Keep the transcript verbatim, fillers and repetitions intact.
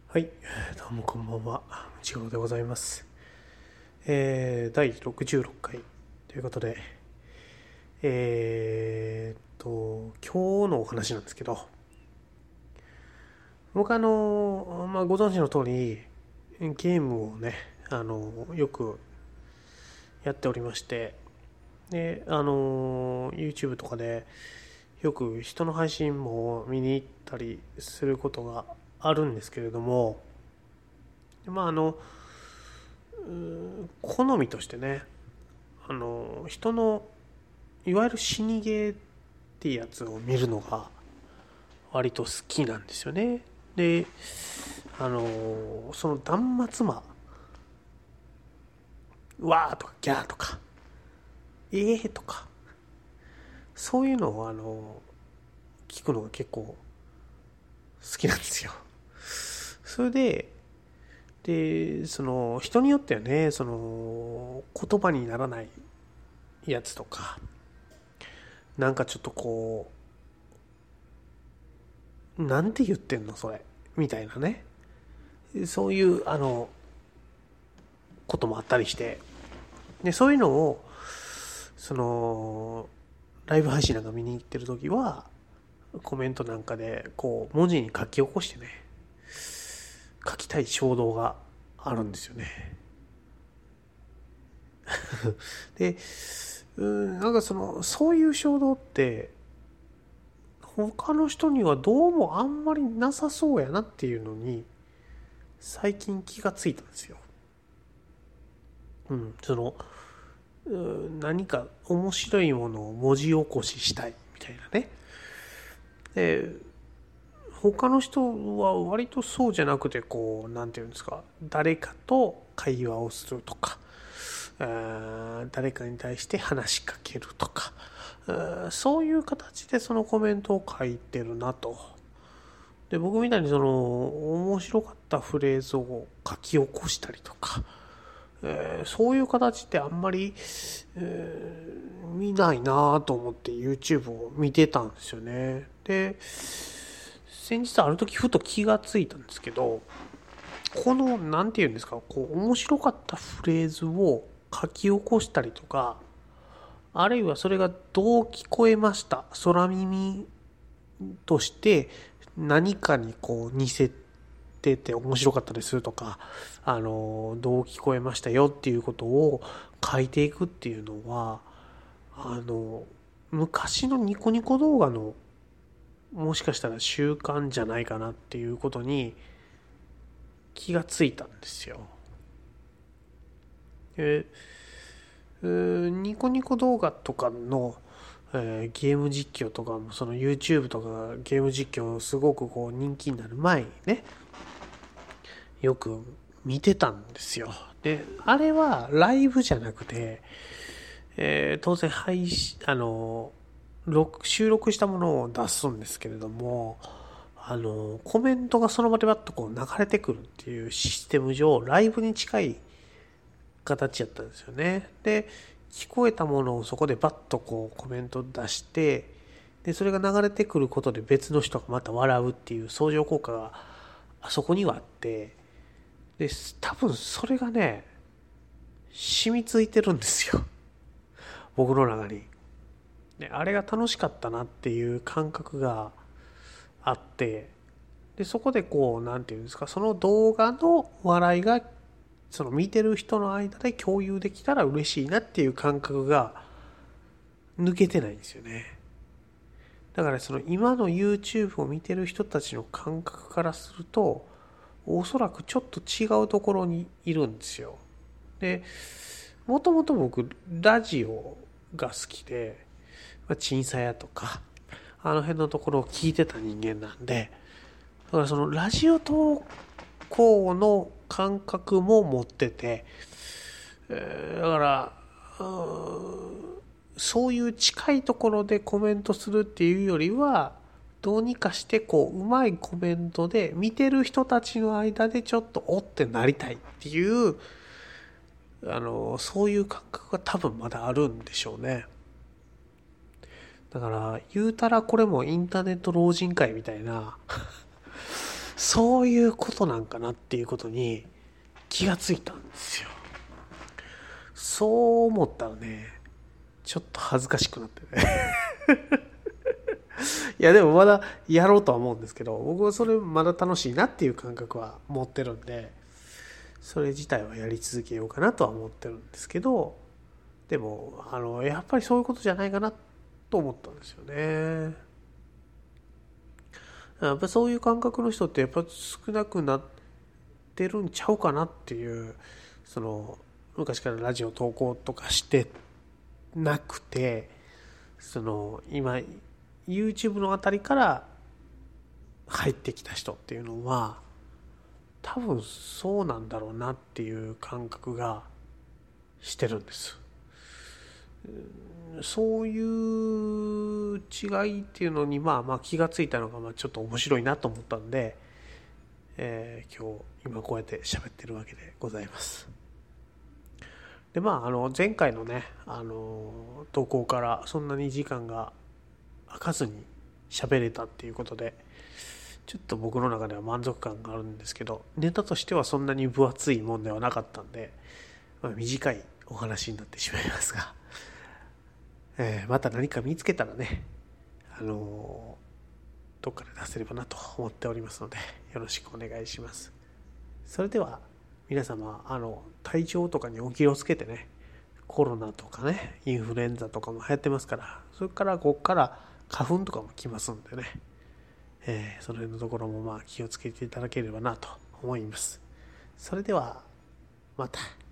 はい、どうもこんばんは、ちごろでございます。えー、だいろくじゅうろっかいということで、えーっと、今日のお話なんですけど、僕あの、まあ、ご存知の通り、ゲームをね、あの、よくやっておりまして、で、あの、YouTube とかで、よく人の配信も見に行ったりすることがあるんですけれども、まああの、好みとしてね、あの人のいわゆる死にゲーっていうやつを見るのが割と好きなんですよね。で、あのその断末魔、わーとかギャーとかえーとか、そういうのをあの聞くのが結構好きなんですよ。それででその人によってはね、その言葉にならないやつとか、なんかちょっとこう、なんて言ってんのそれみたいなね、そういうあのこともあったりして、でそういうのをそのライブ配信なんか見に行ってる時はコメントなんかでこう文字に書き起こしてね、書きたい衝動があるんですよね。でうんなんかそのそういう衝動って他の人にはどうもあんまりなさそうやなっていうのに最近気がついたんですよ。うん、その何か面白いものを文字起こししたいみたいなね。で他の人は割とそうじゃなくて、こうなんていうんですか、誰かと会話をするとか、誰かに対して話しかけるとか、そういう形でそのコメントを書いてるなと。で僕みたいにその面白かったフレーズを書き起こしたりとか、えーそういう形ってあんまり、えー見ないなと思って YouTube を見てたんですよね。で先日ある時ふと気がついたんですけど、このなんて言うんですか、こう面白かったフレーズを書き起こしたりとか、あるいはそれがどう聞こえました、空耳として何かにこう似せてて面白かったりするとか、あのどう聞こえましたよっていうことを書いていくっていうのは、あの昔のニコニコ動画のもしかしたら習慣じゃないかなっていうことに気がついたんですよ。でニコニコ動画とかの、えーゲーム実況とかも、その YouTube とかゲーム実況すごくこう人気になる前にね、よく見てたんですよ。であれはライブじゃなくて、えー当然配信あの録収録したものを出すんですけれども、あのコメントがその場でバッとこう流れてくるっていうシステム上、ライブに近い形やったんですよね。で聞こえたものをそこでバッとこうコメント出して、でそれが流れてくることで別の人がまた笑うっていう相乗効果があそこにはあって、で多分それがね染みついてるんですよ、僕の中に。であれが楽しかったなっていう感覚があって、でそこでこうなんていうんですか、その動画の笑いがその見てる人の間で共有できたら嬉しいなっていう感覚が抜けてないんですよね。だからその今の YouTube を見てる人たちの感覚からすると、おそらくちょっと違うところにいるんですよ。でもともと僕ラジオが好きで、チンサヤとかあの辺のところを聞いてた人間なんで、だからそのラジオ投稿の感覚も持ってて、えーだからそういう近いところでコメントするっていうよりは、どうにかしてこううまいコメントで見てる人たちの間でちょっとおってなりたいっていう、あのそういう感覚が多分まだあるんでしょうね。だから言うたらこれもインターネット老人会みたいなそういうことなんかなっていうことに気がついたんですよ。そう思ったらね、ちょっと恥ずかしくなってねいやでもまだやろうとは思うんですけど、僕はそれまだ楽しいなっていう感覚は持ってるんで、それ自体はやり続けようかなとは思ってるんですけど、でもあのやっぱりそういうことじゃないかなと思ったんですよね。やっぱそういう感覚の人ってやっぱ少なくなってるんちゃうかなっていう、その昔からラジオ投稿とかしてなくて、その今 YouTube のあたりから入ってきた人っていうのは多分そうなんだろうなっていう感覚がしてるんです。そういう違いっていうのにまあまあ気がついたのがまあちょっと面白いなと思ったんで、えー、今日今こうやって喋ってるわけでございます。でまああの前回のねあの投稿からそんなに時間が空かずに喋れたっていうことでちょっと僕の中では満足感があるんですけど、ネタとしてはそんなに分厚いもんではなかったんで、まあ、短いお話になってしまいますが、えー、また何か見つけたらね、あのー、どっかで出せればなと思っておりますので、よろしくお願いします。それでは皆様、あの体調とかにお気をつけてね、コロナとかね、インフルエンザとかも流行ってますから、それからここから花粉とかも来ますんでね、えー、その辺のところもまあ気をつけていただければなと思います。それではまた。